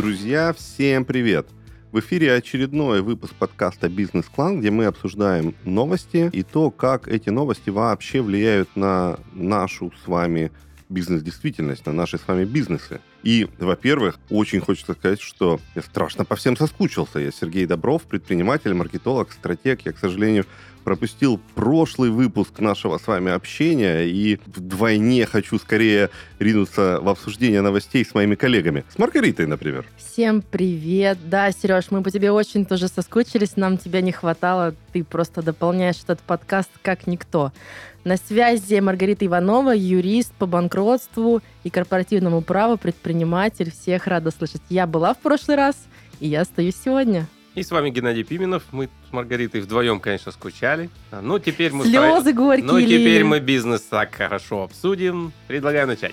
Друзья, всем привет! В эфире очередной выпуск подкаста «Бизнес-клан», где мы обсуждаем новости и то, как эти новости вообще влияют на нашу с вами бизнес-действительность, на наши с вами бизнесы. И, во-первых, очень хочется сказать, что я страшно по всем соскучился. Я Сергей Добров, предприниматель, маркетолог, стратег. Я, к сожалению, пропустил прошлый выпуск нашего с вами общения и вдвойне хочу скорее ринуться в обсуждение новостей с моими коллегами. С Маргаритой, например. Всем привет. Да, Сереж, мы по тебе очень тоже соскучились, нам тебя не хватало. Ты просто дополняешь этот подкаст как никто. На связи Маргарита Иванова, юрист по банкротству и корпоративному праву, предприниматель. Всех рада слышать. Я была в прошлый раз, и я остаюсь сегодня. И с вами Геннадий Пименов. Мы с Маргаритой вдвоем, конечно, скучали. Но теперь мы... Слезы горькие. Но теперь мы бизнес так хорошо обсудим. Предлагаю начать.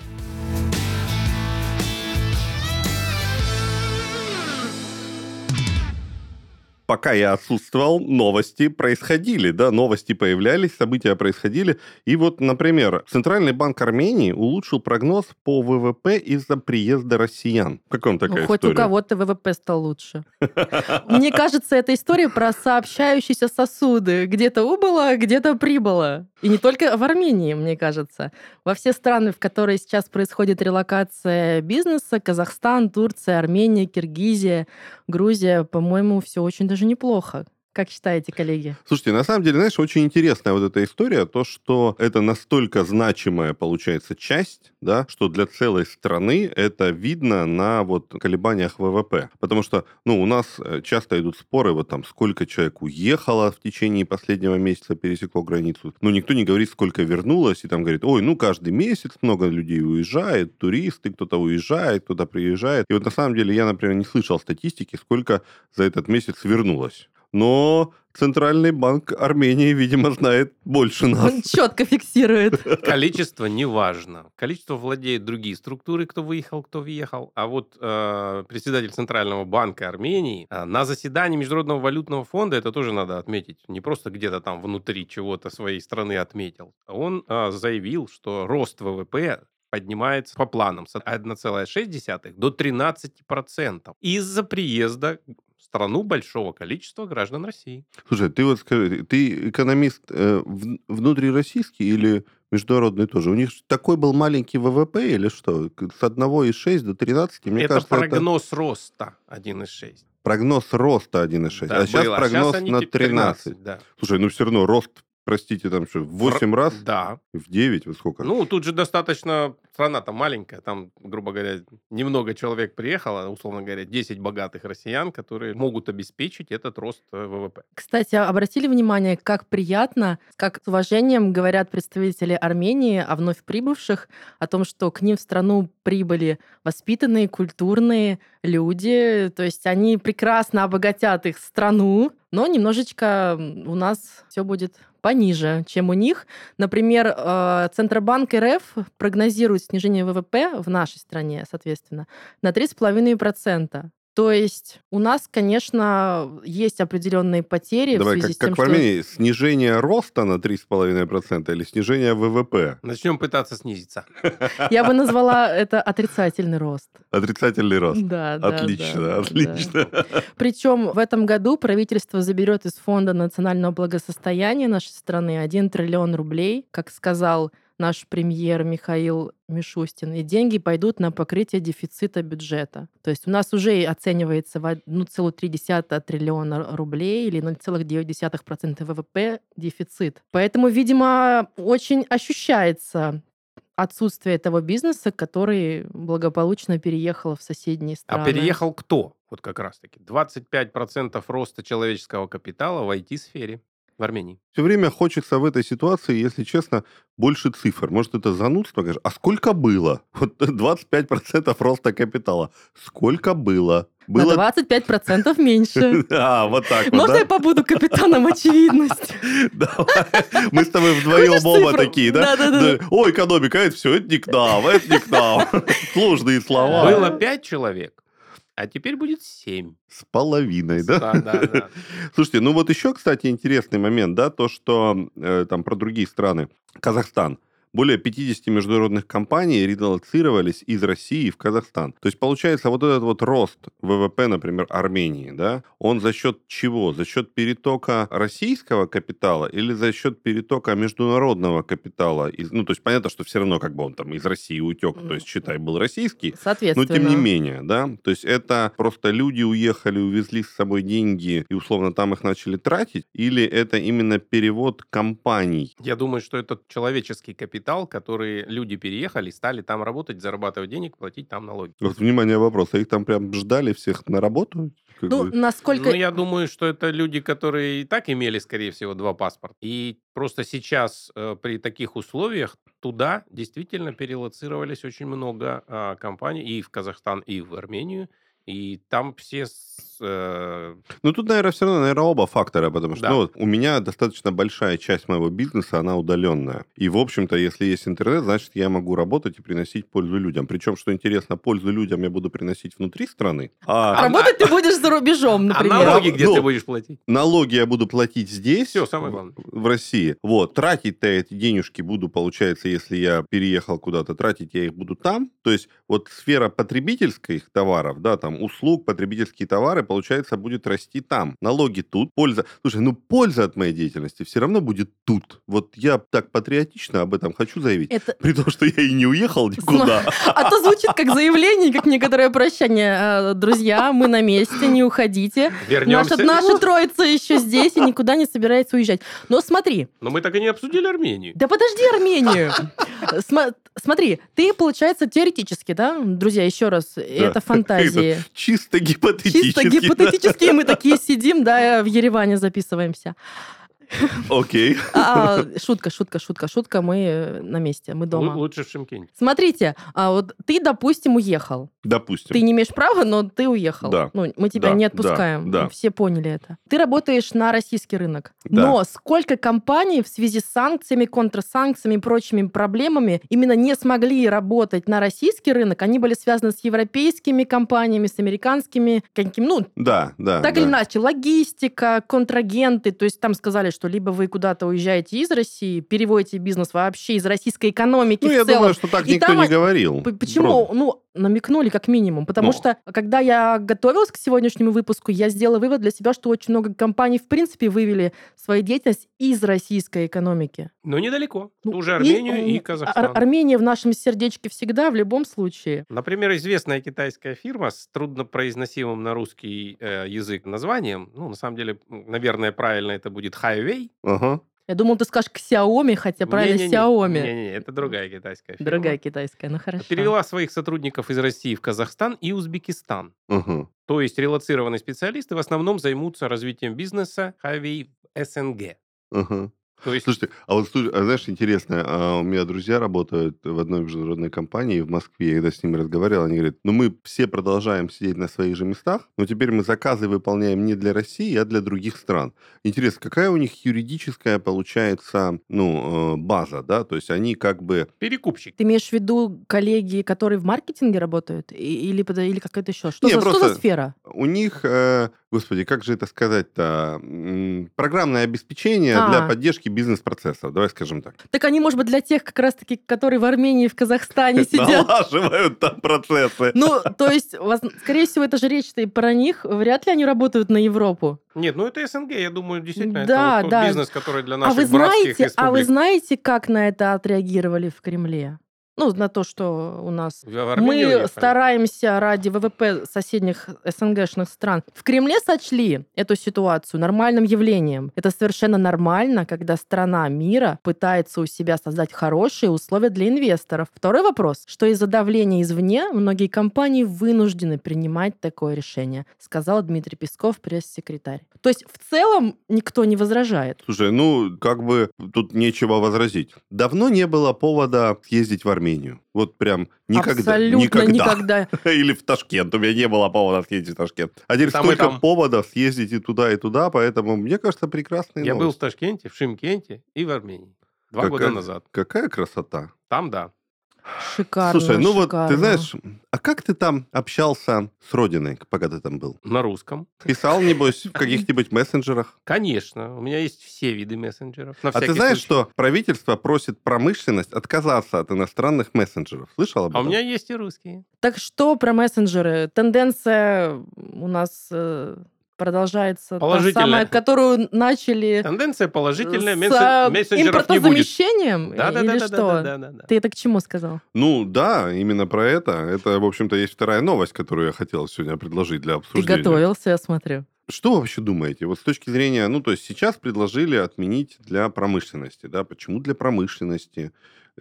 Пока я отсутствовал, новости происходили, да, новости появлялись, события происходили. И вот, например, Центральный банк Армении улучшил прогноз по ВВП из-за приезда россиян. Как вам такая хоть история? У кого-то ВВП стал лучше. Мне кажется, это история про сообщающиеся сосуды. Где-то убыло, где-то прибыло. И не только в Армении, мне кажется. Во все страны, в которые сейчас происходит релокация бизнеса, Казахстан, Турция, Армения, Киргизия, Грузия, по-моему, все очень даже неплохо. Как считаете, коллеги? Слушайте, на самом деле, знаешь, очень интересная вот эта история, то, что это настолько значимая, получается, часть, да, что для целой страны это видно на вот колебаниях ВВП. Потому что, у нас часто идут споры, вот там, сколько человек уехало в течение последнего месяца, пересекло границу. Но никто не говорит, сколько вернулось, и там говорит, каждый месяц много людей уезжает, туристы, кто-то уезжает, кто-то приезжает. И вот на самом деле я, например, не слышал статистики, сколько за этот месяц вернулось. Но Центральный банк Армении, видимо, знает больше нас. Он четко фиксирует. Количество не важно. Количество владеют другие структуры, кто выехал, кто въехал. А вот председатель Центрального банка Армении на заседании Международного валютного фонда, это тоже надо отметить, не просто где-то там внутри чего-то своей страны отметил. Он заявил, что рост ВВП поднимается по планам с 1,6 до 13% из-за приезда в страну большого количества граждан России. Слушай, ты вот скажи, ты экономист внутрироссийский или международный тоже? У них такой был маленький ВВП или что? С 1,6 до 13, мне это кажется, прогноз роста 1,6. Прогноз роста 1,6, Да, а сейчас было. прогноз Сейчас на 13. Да. Слушай, все равно рост, простите, там что, в 8 раз? Да. В 9? Во сколько? Тут же достаточно... Страна-то маленькая, там, грубо говоря, немного человек приехало, условно говоря, 10 богатых россиян, которые могут обеспечить этот рост ВВП. Кстати, обратили внимание, как приятно, как с уважением говорят представители Армении о вновь прибывших, о том, что к ним в страну прибыли воспитанные, культурные люди, то есть они прекрасно обогатят их страну, но немножечко у нас все будет пониже, чем у них. Например, Центробанк РФ прогнозирует снижение ВВП в нашей стране, соответственно, на 3,5%. То есть у нас, конечно, есть определенные потери в связи с тем, как в Армении, снижение роста на 3,5% или снижение ВВП? Начнем пытаться снизиться. Я бы назвала это отрицательный рост. Отрицательный рост. Да, отлично, отлично. Да. Причем в этом году правительство заберет из Фонда национального благосостояния нашей страны 1 триллион рублей, как сказал наш премьер Михаил Мишустин, и деньги пойдут на покрытие дефицита бюджета. То есть у нас уже оценивается в 1,3 триллиона рублей или 0,9% ВВП дефицит. Поэтому, видимо, очень ощущается отсутствие этого бизнеса, который благополучно переехал в соседние страны. А переехал кто? Вот как раз-таки 25% роста человеческого капитала в IT-сфере. В Армении. Все время хочется в этой ситуации, если честно, больше цифр. Может, это занудство, конечно. А сколько было? Вот 25% роста капитала. Сколько было? На 25% меньше. Вот так вот, Можно я побуду капитаном очевидности? Давай. Мы с тобой вдвоем оба такие, да? Да. Ой, экономика, это все, это не к нам, это не к нам. Сложные слова. Было 5 человек, а теперь будет 7. С половиной, да? Да. Слушайте, вот еще, кстати, интересный момент, да, то, что там про другие страны. Казахстан. более 50 международных компаний релоцировались из России в Казахстан. То есть, получается, вот этот вот рост ВВП, например, Армении, да, он за счет чего? За счет перетока российского капитала или за счет перетока международного капитала? Ну, то есть, понятно, что все равно как бы он там из России утек, то есть, считай, был российский, но тем не менее, да, то есть, это просто люди уехали, увезли с собой деньги и, условно, там их начали тратить, или это именно перевод компаний? Я думаю, что это человеческий капитал, который люди переехали, стали там работать, зарабатывать денег, платить там налоги. Вот, внимание, вопрос. А их там прям ждали всех на работу? Насколько... Ну, я думаю, что это люди, которые и так имели, скорее всего, 2 паспорта. И просто сейчас при таких условиях туда действительно перелоцировались очень много компаний и в Казахстан, и в Армению. И там все... Ну, тут, наверное, все равно, наверное, оба фактора, потому что Да. вот, у меня достаточно большая часть моего бизнеса, она удаленная. И, в общем-то, если есть интернет, значит, я могу работать и приносить пользу людям. Причем, что интересно, пользу людям я буду приносить внутри страны. Работать ты будешь за рубежом, например. А налоги где ты будешь платить? Налоги я буду платить здесь, Все, самое главное. в России. Вот, тратить-то эти денежки буду, получается, если я переехал куда-то, тратить я их буду там. То есть, вот сфера потребительских товаров, да, там, услуг, потребительские товары, получается, будет расти там. Налоги тут, польза... Слушай, ну, польза от моей деятельности все равно будет тут. Вот я так патриотично об этом хочу заявить. При том, что я и не уехал никуда. А то звучит как заявление, как некоторое прощание. Друзья, мы на месте, не уходите. Вернемся. Наша троица еще здесь и никуда не собирается уезжать. Но смотри. Но мы так и не обсудили Армению. Да подожди Армению. Смотри, ты, получается, теоретически, да, друзья, еще раз, это фантазии. Чисто гипотетически. Чисто гипотетически мы такие сидим, да, в Ереване записываемся. Окей. Шутка, мы на месте, мы дома. Лучше в Шымкенте. Смотрите, вот ты, допустим, уехал. Допустим. Ты не имеешь права, но ты уехал. Да. Ну, мы тебя не отпускаем. Да. Все поняли это. Ты работаешь на российский рынок. Да. Но сколько компаний в связи с санкциями, контрсанкциями и прочими проблемами именно не смогли работать на российский рынок? Они были связаны с европейскими компаниями, с американскими, Да. Так или иначе, логистика, контрагенты. То есть там сказали, что либо вы куда-то уезжаете из России, переводите бизнес вообще из российской экономики в целом. Я думаю, что так никто не говорил. Почему? Намекнули как минимум. Потому что, когда я готовилась к сегодняшнему выпуску, я сделала вывод для себя, что очень много компаний, в принципе, вывели свою деятельность из российской экономики. Но недалеко. Ту же Армению и Казахстан. Армения в нашем сердечке всегда, в любом случае. Например, известная китайская фирма с труднопроизносимым на русский язык названием, на самом деле, наверное, правильно это будет Huawei. Ага. Я думал, ты скажешь Xiaomi, хотя правильно Xiaomi. Не, это другая китайская фирма. Другая китайская, хорошо. Перевела своих сотрудников из России в Казахстан и Узбекистан. Ага. То есть релоцированные специалисты в основном займутся развитием бизнеса Huawei в СНГ. Ага. То есть... Слушайте, знаешь, интересно, у меня друзья работают в одной международной компании в Москве, я когда с ними разговаривал, они говорят, мы все продолжаем сидеть на своих же местах, но теперь мы заказы выполняем не для России, а для других стран. Интересно, какая у них юридическая, получается, база, да, то есть они как бы... Перекупщик. Ты имеешь в виду коллеги, которые в маркетинге работают? Или какая-то еще? Что за сфера? У них, господи, как же это сказать-то, программное обеспечение для поддержки бизнес-процессов, давай скажем так. Так они, может быть, для тех, как раз-таки, которые в Армении и в Казахстане сидят. Налаживают там процессы. То есть, скорее всего, это же речь-то и про них. Вряд ли они работают на Европу. Нет, это СНГ, я думаю, действительно, да, это тот бизнес, который для наших братских республик. А вы знаете, как на это отреагировали в Кремле? На то, что у нас... Мы стараемся ради ВВП соседних СНГшных стран. В Кремле сочли эту ситуацию нормальным явлением. Это совершенно нормально, когда страна мира пытается у себя создать хорошие условия для инвесторов. Второй вопрос, что из-за давления извне многие компании вынуждены принимать такое решение, сказал Дмитрий Песков, пресс-секретарь. То есть в целом никто не возражает. Слушай, тут нечего возразить. Давно не было повода съездить в Армению. Вот прям никогда. Абсолютно никогда. Или в Ташкент. У меня не было повода съездить в Ташкент. А теперь столько поводов съездить и туда, поэтому, мне кажется, прекрасные новости. Я был в Ташкенте, в Шымкенте и в Армении. 2 года назад. Какая красота. Там, да. Слушай, Шикарно, ну вот, ты шикарно. знаешь, а как ты там общался с родиной, пока ты там был? На русском. Писал, небось, в каких-нибудь мессенджерах? Конечно, у меня есть все виды мессенджеров. На А ты всякий знаешь, случай. что правительство просит промышленность отказаться от иностранных мессенджеров? Слышал об А у этом? меня есть и русские. Так что про мессенджеры? Тенденция у нас продолжается та самая, Положительная. которую начали Тенденция положительная. с Мессенджеров не будет. импортозамещением или что? Да. Ты это к чему сказал? Ну да, именно про это. Это, в общем-то, есть вторая новость, которую я хотел сегодня предложить для Ты обсуждения. готовился, я смотрю. Что вы вообще думаете? Вот с точки зрения, ну, то есть сейчас предложили отменить для промышленности, да? Почему для промышленности?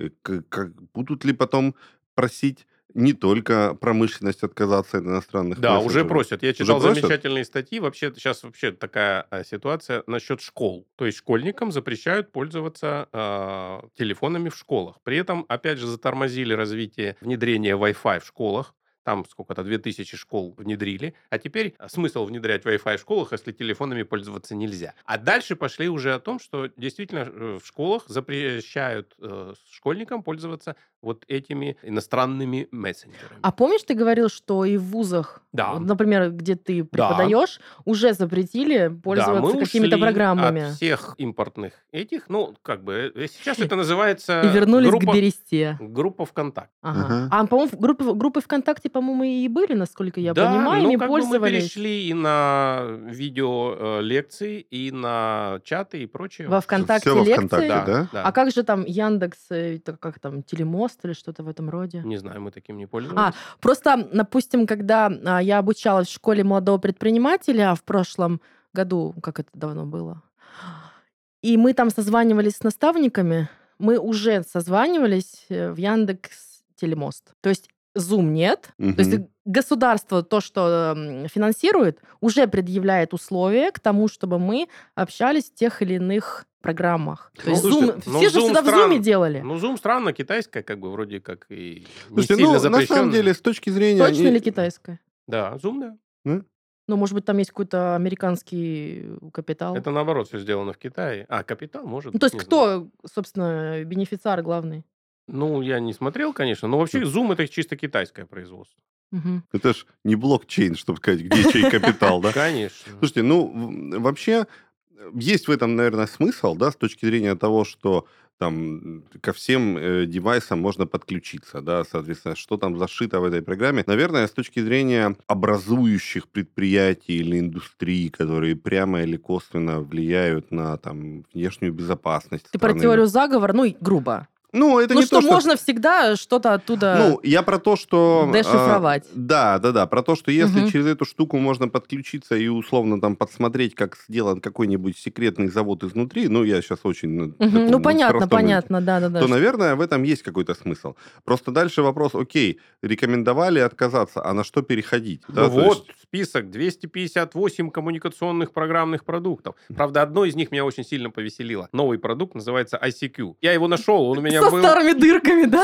Будут ли потом просить не только промышленность отказаться от иностранных Да, уже мессенджеров? просят. Я Уже читал просят? замечательные статьи. Вообще, сейчас вообще такая ситуация насчет школ. То есть школьникам запрещают пользоваться телефонами в школах. При этом, опять же, затормозили развитие внедрения Wi-Fi в школах. Там сколько-то, 2000 школ внедрили. А теперь смысл внедрять Wi-Fi в школах, если телефонами пользоваться нельзя. А дальше пошли уже о том, что действительно в школах запрещают школьникам пользоваться вот этими иностранными мессенджерами. А помнишь, ты говорил, что и в вузах, Да. вот, например, где ты Да. преподаешь, уже запретили Да, пользоваться мы какими-то ушли программами от всех импортных этих, ну, как бы, сейчас это называется и вернулись к бересте. группа ВКонтакте. Ага. Ага. А, по-моему, группы ВКонтакте, по-моему, и были, насколько я Да, понимаю, ну, ими как бы мы пользовались. перешли и на видео лекции, и на чаты и прочее. Во Вот всё. ВКонтакте Все во лекции? ВКонтакте, Да, да? да. А как же там Яндекс, это как там, Телемост или что-то в этом роде? Не знаю, мы таким не пользовались. Просто, допустим, когда я обучалась в школе молодого предпринимателя в прошлом году, как это давно было, и мы там созванивались с наставниками, мы уже созванивались в Яндекс Телемост. То есть Zoom нет. То есть Мгм. государство то, что финансирует, уже предъявляет условия к тому, чтобы мы общались в тех или иных программах. То Ну, есть слушайте, Zoom, ну, все же Zoom всегда в стран- Zoom делали. Ну, Zoom странно, китайская, как бы, вроде как и не Слушайте, сильно ну, на запрещенная. самом деле, с точки зрения... Точно или китайская? Да, Zoom, да. Да? Ну, может быть, там есть какой-то американский капитал. Это, наоборот, все сделано в Китае. А, капитал, может Ну, то быть, есть не знаю. кто, собственно, бенефициар главный? Ну, я не смотрел, конечно, но вообще Zoom это чисто китайское производство. Мгм. Это ж не блокчейн, чтобы сказать, где чей капитал, да? Конечно. Слушайте, ну, вообще, есть в этом, наверное, смысл, да, с точки зрения того, что там ко всем девайсам можно подключиться, да, соответственно, что там зашито в этой программе. Наверное, с точки зрения образующих предприятий или индустрии, которые прямо или косвенно влияют на там внешнюю безопасность Ты про страны. теорию заговора, ну, и грубо. Ну, это Ну, не что то, что... можно всегда что-то оттуда... Ну, я про то, что... Дешифровать. Да, про то, что если Мгм. через эту штуку можно подключиться и условно там подсмотреть, как сделан какой-нибудь секретный завод изнутри, ну, я сейчас очень... Мгм. таком Ну, понятно, простом языке, понятно, да-да-да. то, наверное, в этом есть какой-то смысл. Просто дальше вопрос, окей, рекомендовали отказаться, а на что переходить? Да, Ну то вот, есть- список 258 коммуникационных программных продуктов. Правда, одно из них меня очень сильно повеселило. Новый продукт называется ICQ. Я его нашел, он у меня Со был старыми дырками, да?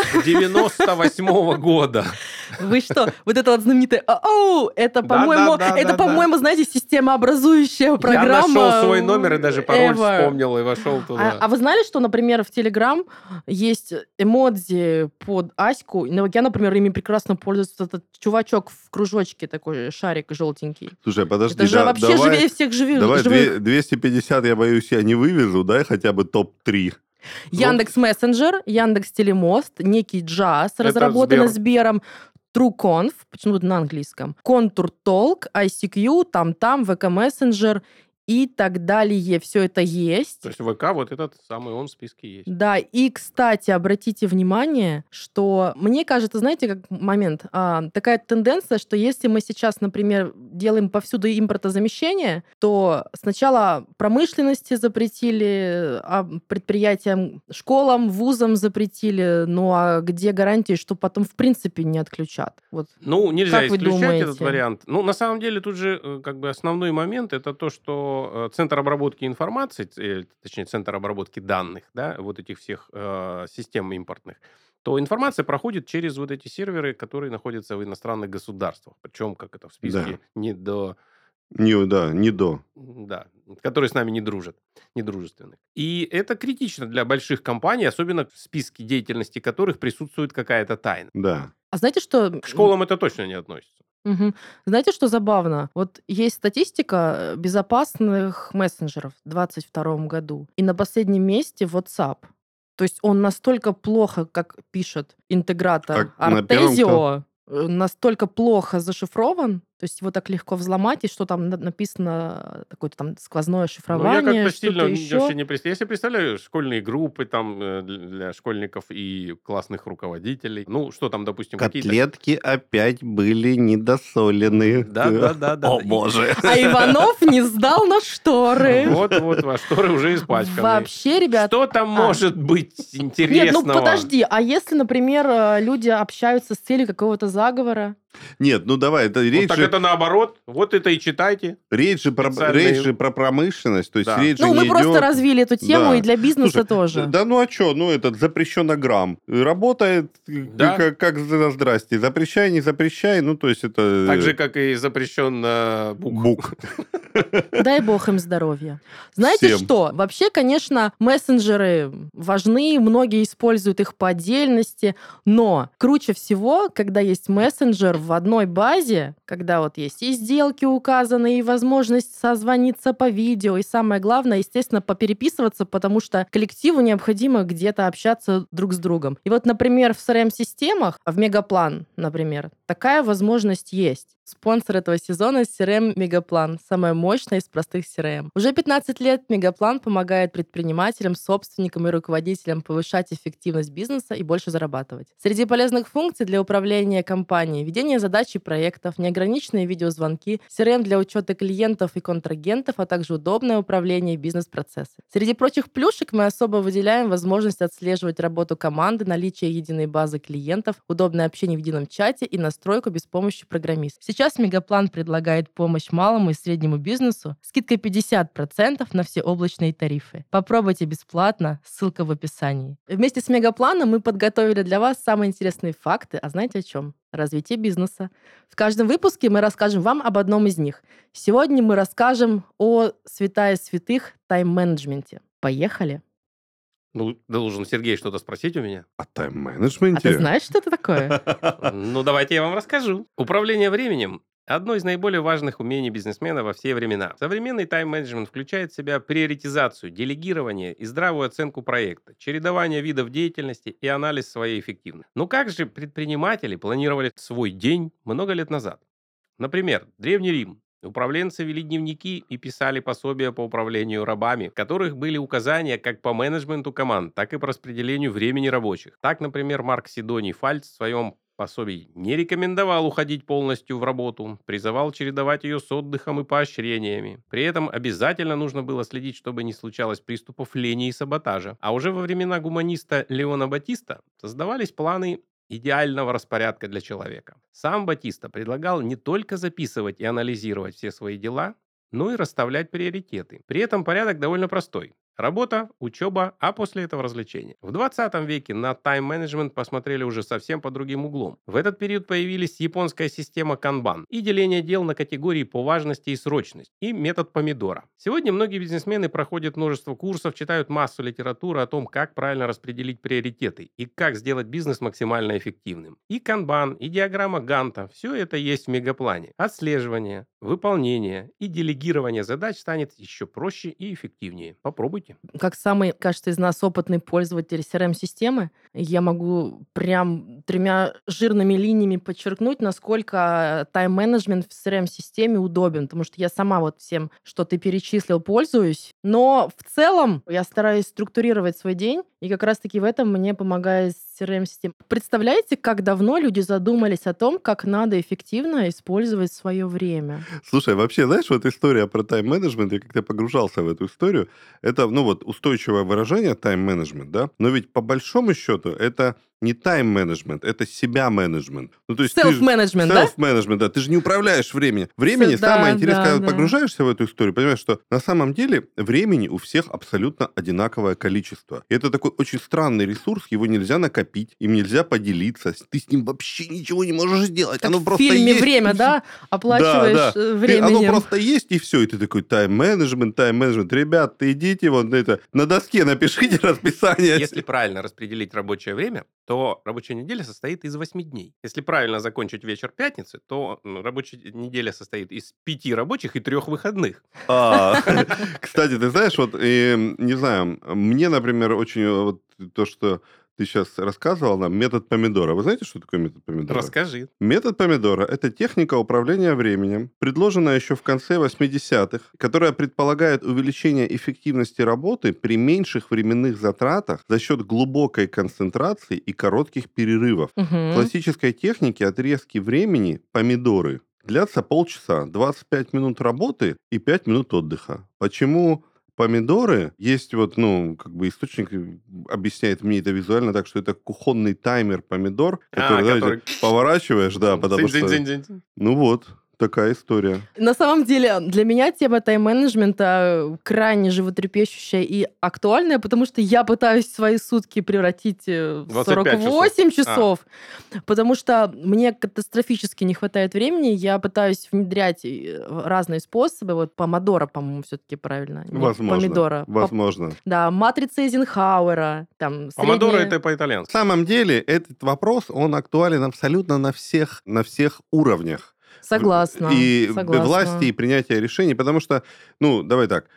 98 года. Вы что? Вот это вот знаменитое «Оу», это, Да-да-да-да-да. по-моему, знаете, системообразующая программа. Я нашел свой номер и даже пароль ever. вспомнил и вошел туда. А вы знали, что, например, в Telegram есть эмодзи под Аську? Ну, я, например, ими прекрасно пользуюсь. Вот этот чувачок в кружочке, такой шарик желтенький. Слушай, подожди, Это же вообще давай, живее всех давай живых. 250, я боюсь, я не вывезу, дай хотя бы топ-3. Яндекс Мессенджер, Яндекс Телемост, некий Джаз, Это разработанный Сбер. Сбером, TrueConf, почему-то на английском, Contour Talk, ICQ, там-там, ВК Мессенджер и так далее. Все это есть. То есть ВК вот этот самый, он в списке есть. Да, и, кстати, обратите внимание, что мне кажется, знаете, как момент, такая тенденция, что если мы сейчас, например, делаем повсюду импортозамещение, то сначала промышленности запретили, предприятиям, школам, вузам запретили, ну а где гарантии, что потом в принципе не отключат? Вот. Ну, нельзя Как вы исключать думаете? этот вариант. Ну, на самом деле, тут же как бы основной момент это то, что центр обработки информации, точнее, центр обработки данных, да, вот этих всех систем импортных, то информация проходит через вот эти серверы, которые находятся в иностранных государствах. Причем, как это в списке, Да. не до Не до. Да, которые с нами не дружат, недружественных. И это критично для больших компаний, особенно в списке деятельности которых присутствует какая-то тайна. Да. А знаете, что... К школам это точно не относится. Мгм. Знаете, что забавно? Вот есть статистика безопасных мессенджеров в 2022 году. И на последнем месте WhatsApp. То есть он настолько плохо, как пишет интегратор Как на первом Artesio, настолько плохо зашифрован, то есть его так легко взломать, и что там написано, такое-то там сквозное Ну, я шифрование, как-то что-то сильно вообще еще. не представляю. Я себе представляю школьные группы там для школьников и классных руководителей. Ну, что там, допустим, какие-то... Котлетки опять были недосолены. Да. О, боже. А Иванов не сдал на шторы. Вот, ваши шторы уже испачканы. Вообще, ребят... Что там может быть Нет, интересного? ну подожди, а если, например, люди общаются с целью какого-то заговора? Нет, ну давай, это Вот речь так же, это наоборот. Вот это и читайте. речь же специальные- про промышленность, то есть Да. речь Ну, же мы не просто идет... развили эту тему Да. и для бизнеса Слушай, тоже. Да ну а что, ну этот запрещенограмм работает Да. как здрасте, запрещай, не запрещай, ну то есть это... Так же, как и запрещен бук. бук. Дай бог им здоровья. Знаете Всем. что? Вообще, конечно, мессенджеры важны, многие используют их по отдельности, но круче всего, когда есть мессенджер в одной базе, когда вот есть и сделки указаны, и возможность созвониться по видео, и самое главное, естественно, попереписываться, потому что коллективу необходимо где-то общаться друг с другом. И вот, например, в CRM-системах, в Мегаплан, например, такая возможность есть. Спонсор этого сезона — CRM Мегаплан, самая мощная из простых CRM. Уже 15 лет Мегаплан помогает предпринимателям, собственникам и руководителям повышать эффективность бизнеса и больше зарабатывать. Среди полезных функций для управления компанией — ведение задач и проектов, неограниченные видеозвонки, CRM для учета клиентов и контрагентов, а также удобное управление бизнес-процессами. Среди прочих плюшек мы особо выделяем возможность отслеживать работу команды, наличие единой базы клиентов, удобное общение в едином чате и настройку без помощи программиста. Сейчас Мегаплан предлагает помощь малому и среднему бизнесу, скидкой 50% на все облачные тарифы. Попробуйте бесплатно, ссылка в описании. Вместе с Мегапланом мы подготовили для вас самые интересные факты. А знаете о чем? Развитие бизнеса. В каждом выпуске мы расскажем вам об одном из них. Сегодня мы расскажем о святая святых тайм-менеджменте. Поехали! Ну, должен Сергей что-то спросить у меня. О А тайм-менеджменте? ты знаешь, что это такое? Ну, давайте я вам расскажу. Управление временем – одно из наиболее важных умений бизнесмена во все времена. Современный тайм-менеджмент включает в себя приоритизацию, делегирование и здравую оценку проекта, чередование видов деятельности и анализ своей эффективности. Но как же предприниматели планировали свой день много лет назад? Например, Древний Рим. Управленцы вели дневники и писали пособия по управлению рабами, в которых были указания как по менеджменту команд, так и по распределению времени рабочих. Так, например, Марк Сидоний Фальц в своем пособии не рекомендовал уходить полностью в работу, призывал чередовать ее с отдыхом и поощрениями. При этом обязательно нужно было следить, чтобы не случалось приступов лени и саботажа. А уже во времена гуманиста Леона Батиста создавались планы идеального распорядка для человека. Сам Батиста предлагал не только записывать и анализировать все свои дела, но и расставлять приоритеты. При этом порядок довольно простой. Работа, учеба, а после этого развлечения. В 20 веке на тайм-менеджмент посмотрели уже совсем по другим углом. В этот период появились японская система канбан и деление дел на категории по важности и срочности, и метод помидора. Сегодня многие бизнесмены проходят множество курсов, читают массу литературы о том, как правильно распределить приоритеты и как сделать бизнес максимально эффективным. И канбан, и диаграмма Ганта – все это есть в Мегаплане. Отслеживание, выполнение и делегирование задач станет еще проще и эффективнее. Попробуйте. Как самый, кажется, из нас опытный пользователь CRM-системы, я могу прям 3 жирными линиями подчеркнуть, насколько тайм-менеджмент в CRM-системе удобен, потому что я сама вот всем, что ты перечислил, пользуюсь. Но в целом я стараюсь структурировать свой день, и как раз-таки в этом мне помогает CRM-система. Представляете, как давно люди задумались о том, как надо эффективно использовать свое время? Слушай, вообще, знаешь, вот история про тайм-менеджмент, я как-то погружался в эту историю, это, ну вот, устойчивое выражение тайм-менеджмент, да, но ведь по большому счету это не тайм-менеджмент, это себя-менеджмент. Ну, то есть ты же... Селф-менеджмент, да? Селф-менеджмент, да. Ты же не управляешь временем. Времени Да, самое интересное, да, когда да. погружаешься в эту историю, понимаешь, что на самом деле времени у всех абсолютно одинаковое количество. И это такой очень странный ресурс, его нельзя накопить, им нельзя поделиться. Ты с ним вообще ничего не можешь сделать. Как Оно в просто фильме есть. «Время», да? Оплачиваешь Оно временем. просто есть, и все. И ты такой, тайм-менеджмент. Ребят, ты идите вот это, на доске напишите расписание. Если правильно распределить рабочее время, то рабочая неделя состоит из 8 дней. Если правильно закончить вечер пятницы, то рабочая неделя состоит из 5 рабочих и 3 выходных. Кстати, ты знаешь, вот, не знаю, мне, например, очень вот то, что ты сейчас рассказывал нам, метод помидора. Вы знаете, что такое метод помидора? Расскажи. Метод помидора– это техника управления временем, предложенная еще в конце 80-х, которая предполагает увеличение эффективности работы при меньших временных затратах за счет глубокой концентрации и коротких перерывов. В Мгм. классической технике отрезки времени помидоры длятся полчаса, 25 минут работы и 5 минут отдыха. Почему помидоры? Есть вот, как бы источник объясняет мне это визуально так, что это кухонный таймер помидор, который, знаете, который... поворачиваешь, да, потому что... Дзынь-дзынь-дзынь-дзынь. Ну вот, такая история. На самом деле, для меня тема тайм-менеджмента крайне животрепещущая и актуальная, потому что я пытаюсь свои сутки превратить в 25 48 часов, потому что мне катастрофически не хватает времени. Я пытаюсь внедрять разные способы. Вот помодоро, по-моему, все-таки правильно. Не Возможно. помидора. Возможно. Да, матрица Эйзенхауэра. Там Помодоро средняя- это по-итальянски. На самом деле этот вопрос, он актуален абсолютно на всех уровнях. Согласна. И согласна. власти, и принятия решений, потому что, давай так,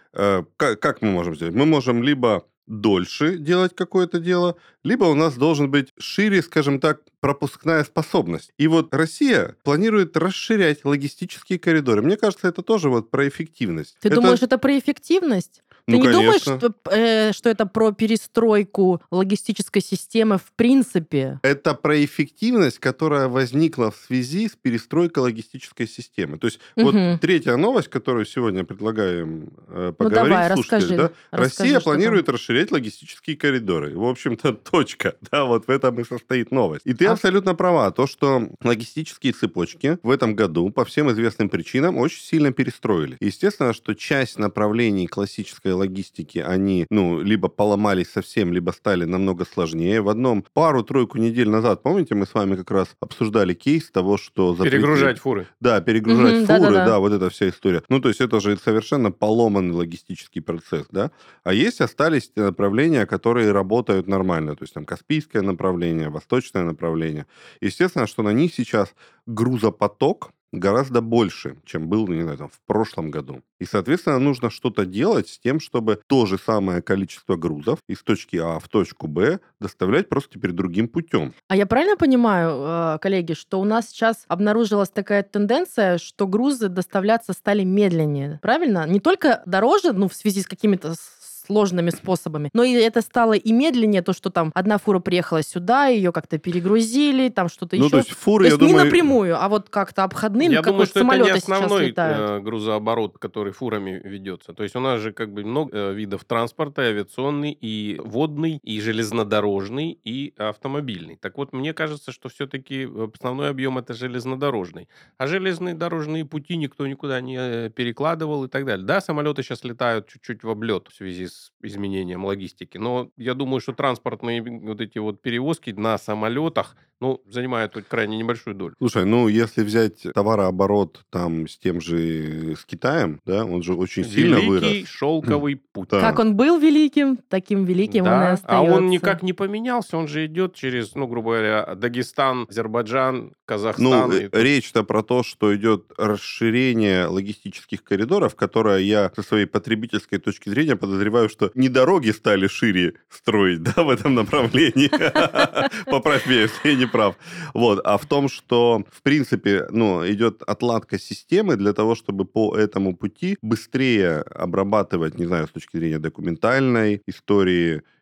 как мы можем сделать? Мы можем либо дольше делать какое-то дело, либо у нас должен быть шире, скажем так, пропускная способность. И вот Россия планирует расширять логистические коридоры. Мне кажется, это тоже вот про эффективность. Ты думаешь, это про эффективность? Ты не думаешь, конечно. что это про перестройку логистической системы в принципе? Это про эффективность, которая возникла в связи с перестройкой логистической системы. То есть вот Мгм. третья новость, которую сегодня предлагаем Ну поговорить давай, слушателям, да? расскажи, Россия что там. планирует расширять логистические коридоры. В общем-то, точка. Да, вот в этом и состоит новость. И ты абсолютно права. То, что логистические цепочки в этом году по всем известным причинам очень сильно перестроили. Естественно, что часть направлений классической логистики, они, либо поломались совсем, либо стали намного сложнее. В одном пару-тройку недель назад, помните, мы с вами как раз обсуждали кейс того, что... Перегружать фуры. Да, перегружать Мгм, фуры, да-да-да. да, вот эта вся история. То есть это же совершенно поломанный логистический процесс, да. А есть остались направления, которые работают нормально. То есть там Каспийское направление, Восточное направление. Естественно, что на них сейчас грузопоток гораздо больше, чем был, не знаю, в прошлом году. И, соответственно, нужно что-то делать с тем, чтобы то же самое количество грузов из точки А в точку Б доставлять просто теперь другим путем. А я правильно понимаю, коллеги, что у нас сейчас обнаружилась такая тенденция, что грузы доставляться стали медленнее, правильно? Не только дороже, в связи с какими-то сложными способами, но и это стало и медленнее, то, что там одна фура приехала сюда, ее как-то перегрузили, там что-то еще. То есть фуры, То я есть не думаю... напрямую, а вот как-то обходными, Я как думаю, вот что это не самолеты сейчас основной летают. грузооборот, который фурами ведется. То есть у нас же много видов транспорта: авиационный, и водный, и железнодорожный, и автомобильный. Так вот, мне кажется, что все-таки основной объем это железнодорожный. А железные дорожные пути никто никуда не перекладывал и так далее. Да, самолеты сейчас летают чуть-чуть в облет в связи с изменением логистики, но я думаю, что транспортные вот эти вот перевозки на самолетах, занимают крайне небольшую долю. Слушай, если взять товарооборот там с тем же, с Китаем, да, он же очень сильно вырос. Великий шелковый путь. Да. Как он был великим, таким великим он и Да, остается. а он никак не поменялся, он же идет через, грубо говоря, Дагестан, Азербайджан, Казахстан. Речь-то про то, что идет расширение логистических коридоров, которое я со своей потребительской точки зрения подозреваю, что не дороги стали шире строить, да, в этом направлении. Поправь меня, если я не прав. А в том, что, в принципе, идет отладка системы для того, чтобы по этому пути быстрее обрабатывать, не знаю, с точки зрения документальной истории,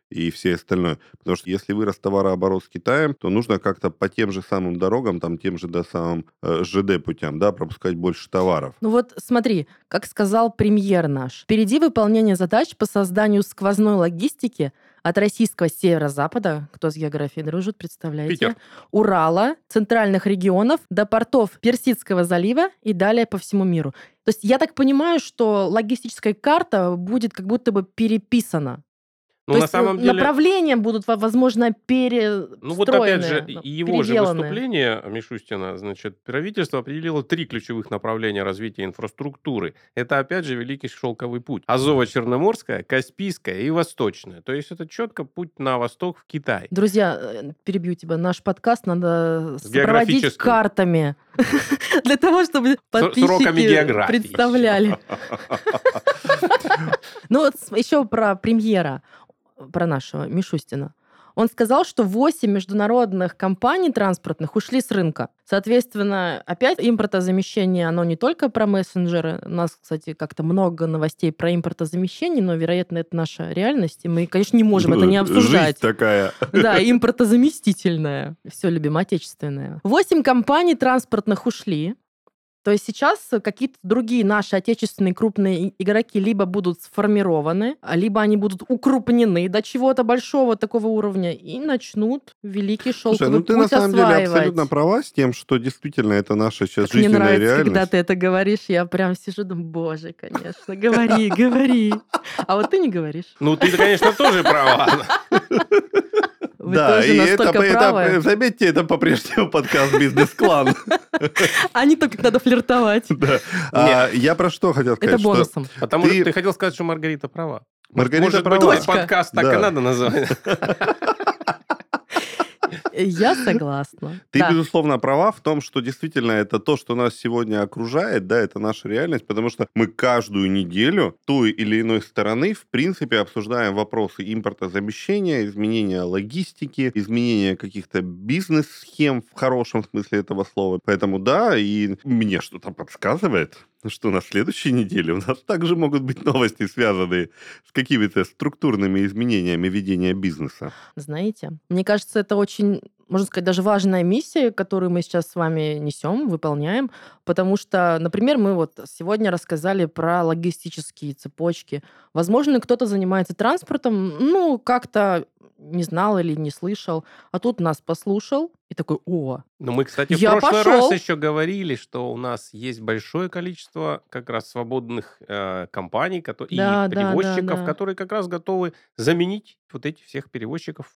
и все остальное. Потому что если вырос товарооборот с Китаем, то нужно как-то по тем же самым дорогам, там, тем же до самым ЖД путям, да, пропускать больше товаров. Ну вот смотри, как сказал премьер наш, впереди выполнение задач по созданию сквозной логистики от российского северо-запада, кто с географией дружит, представляете, Питер. Урала, центральных регионов до портов Персидского залива и далее по всему миру. То есть я так понимаю, что логистическая карта будет как будто бы переписана. Ну, То на есть самом деле... направления будут, возможно, Ну вот опять же, перестроены, его же переделаны. выступление Мишустина, значит, правительство определило 3 ключевых направления развития инфраструктуры. Это опять же Великий Шелковый путь. Азово-Черноморская, Каспийская и Восточная. То есть это четко путь на восток в Китай. Друзья, перебью тебя, наш подкаст надо С сопроводить географическим. картами для того, чтобы уроками подписчики географии. представляли. Ну вот еще про премьера, про нашего Мишустина. Он сказал, что 8 международных компаний транспортных ушли с рынка. Соответственно, опять импортозамещение, оно не только про мессенджеры. У нас, кстати, как-то много новостей про импортозамещение, но, вероятно, это наша реальность, и мы, конечно, не можем это не обсуждать. Жизнь такая. Да, импортозаместительное. Все любим отечественное. 8 компаний транспортных ушли. То есть сейчас какие-то другие наши отечественные крупные игроки либо будут сформированы, либо они будут укрупнены до чего-то большого такого уровня и начнут Великий Слушай, Шелковый ну ты на путь самом деле осваивать. абсолютно права с тем, что действительно это наша сейчас Как мне жизненная нравится, реальность. когда ты это говоришь, я прям сижу, думаю, боже, конечно, говори, говори. А вот ты не говоришь. Ну, ты, конечно, тоже права. Вы тоже настолько правы. заметьте, это по-прежнему подкаст «Бизнес-клан». А не то, как надо флиртовать. Да. Я про что хотел сказать? Это бонусом. Потому что ты хотел сказать, что Маргарита права. Маргарита Может права. быть, Точка. подкаст так и Да. надо назвать. Я согласна. Ты, Да. безусловно, права в том, что действительно это то, что нас сегодня окружает, да, это наша реальность, потому что мы каждую неделю той или иной стороны, в принципе, обсуждаем вопросы импортозамещения, изменения логистики, изменения каких-то бизнес-схем в хорошем смысле этого слова. Поэтому да, и мне что-то подсказывает, что на следующей неделе у нас также могут быть новости, связанные с какими-то структурными изменениями ведения бизнеса. Знаете, мне кажется, это очень, можно сказать, даже важная миссия, которую мы сейчас с вами несем, выполняем, потому что, например, мы вот сегодня рассказали про логистические цепочки. Возможно, кто-то занимается транспортом, ну, как-то не знал или не слышал, а тут нас послушал и такой, о, Ну, мы, кстати, в Я прошлый пошел. раз еще говорили, что у нас есть большое количество как раз свободных компаний и Да, да, перевозчиков, да. которые как раз готовы заменить вот этих всех перевозчиков.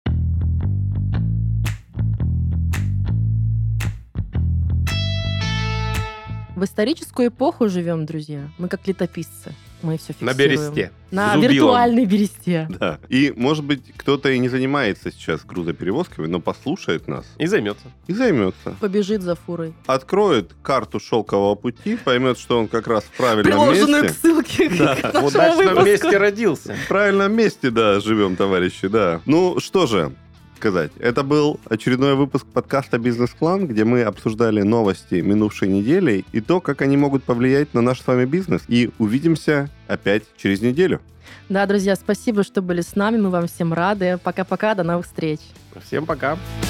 В историческую эпоху живем, друзья. Мы как летописцы. Мы все На фиксируем. бересте. На Зубилом. виртуальной бересте. Да. И, может быть, кто-то и не занимается сейчас грузоперевозками, но послушает нас И займется. и займется. Побежит за фурой. Откроет карту шелкового пути, поймет, что он как раз в правильном Приложенную к месте. ссылке Да. к В нашему удачном выпуску. месте родился. В правильном месте, да, живем, товарищи, да. Ну, что же сказать. Это был очередной выпуск подкаста «Бизнес-клан», где мы обсуждали новости минувшей недели и то, как они могут повлиять на наш с вами бизнес. И увидимся опять через неделю. Да, друзья, спасибо, что были с нами. Мы вам всем рады. Пока-пока, до новых встреч. Всем пока.